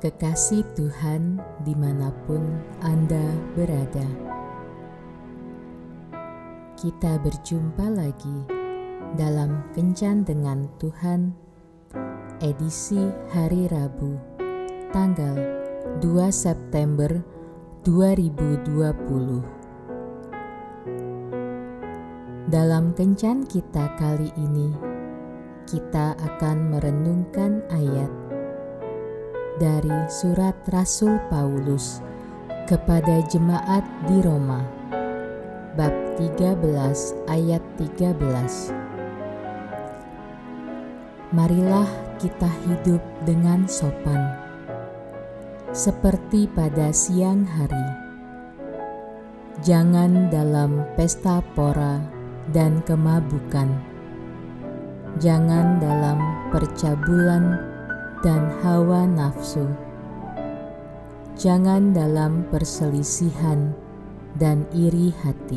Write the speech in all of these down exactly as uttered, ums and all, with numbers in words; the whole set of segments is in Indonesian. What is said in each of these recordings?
kekasih Tuhan dimanapun Anda berada. Kita berjumpa lagi dalam Kencan dengan Tuhan, edisi hari Rabu, tanggal dua September dua ribu dua puluh. Dalam Kencan kita kali ini, kita akan merenungkan ayat dari surat Rasul Paulus kepada jemaat di Roma, bab tiga belas ayat tiga belas. Marilah kita hidup dengan sopan, seperti pada siang hari. Jangan dalam pesta pora dan kemabukan. Jangan dalam percabulan dan hawa nafsu. Jangan dalam perselisihan dan iri hati.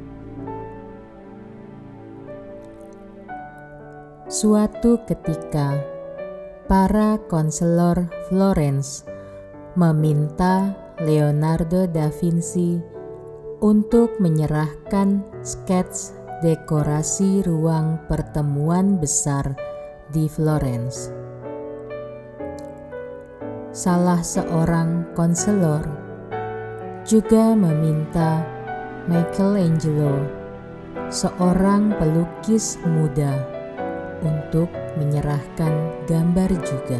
Suatu ketika, para konselor Florence meminta Leonardo da Vinci untuk menyerahkan skets dekorasi ruang pertemuan besar di Florence. Salah seorang konselor juga meminta Michelangelo, seorang pelukis muda, untuk menyerahkan gambar juga.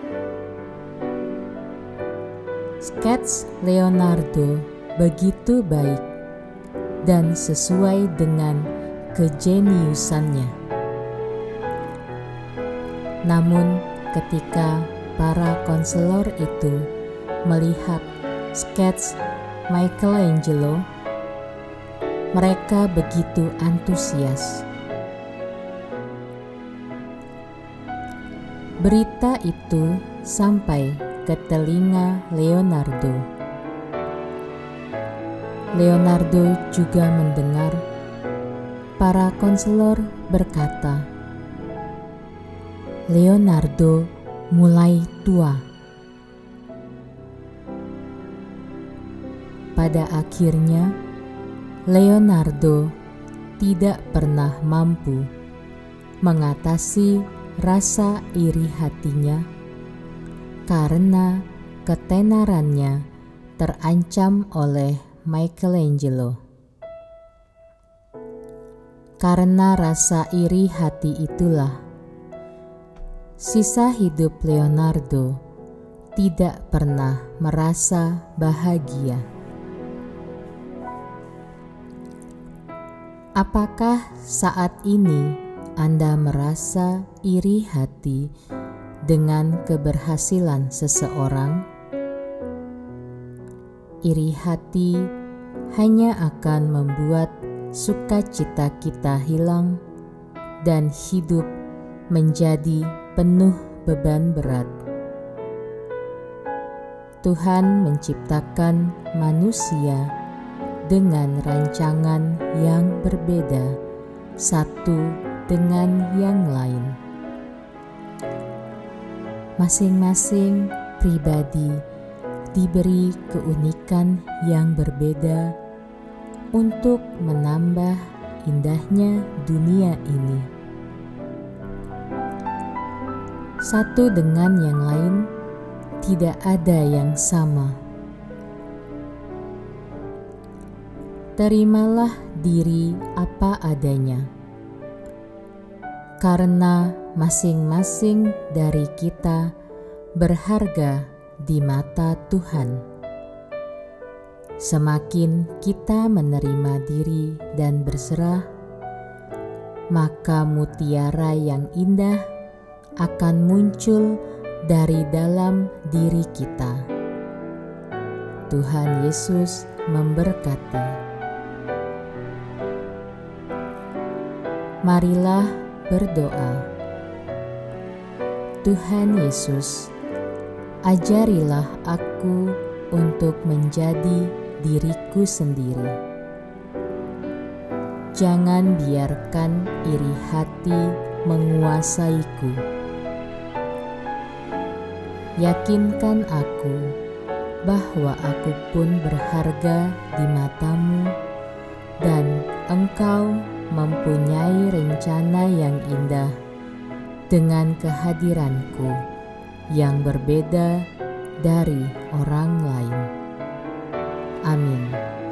Skets Leonardo begitu baik dan sesuai dengan kejeniusannya. Namun ketika para konselor itu melihat skets Michelangelo, mereka begitu antusias. Berita itu sampai ke telinga Leonardo. Leonardo juga mendengar para konselor berkata, "Leonardo mulai tua." Pada akhirnya, Leonardo tidak pernah mampu mengatasi rasa iri hatinya karena ketenarannya terancam oleh Michelangelo. Karena rasa iri hati itulah sisa hidup Leonardo tidak pernah merasa bahagia. Apakah saat ini Anda merasa iri hati dengan keberhasilan seseorang? Iri hati hanya akan membuat sukacita kita hilang dan hidup menjadi penuh beban berat. Tuhan menciptakan manusia dengan rancangan yang berbeda satu dengan yang lain. Masing-masing pribadi diberi keunikan yang berbeda untuk menambah indahnya dunia ini. Satu dengan yang lain tidak ada yang sama. Terimalah diri apa adanya, karena masing-masing dari kita berharga di mata Tuhan. Semakin kita menerima diri dan berserah, maka mutiara yang indah akan muncul dari dalam diri kita. Tuhan Yesus memberkati. Marilah berdoa. Tuhan Yesus, ajarilah aku untuk menjadi diriku sendiri. Jangan biarkan iri hati menguasaiku. yakinkan aku bahwa aku pun berharga di matamu dan Engkau mempunyai rencana yang indah dengan kehadiranku yang berbeda dari orang lain. Amin.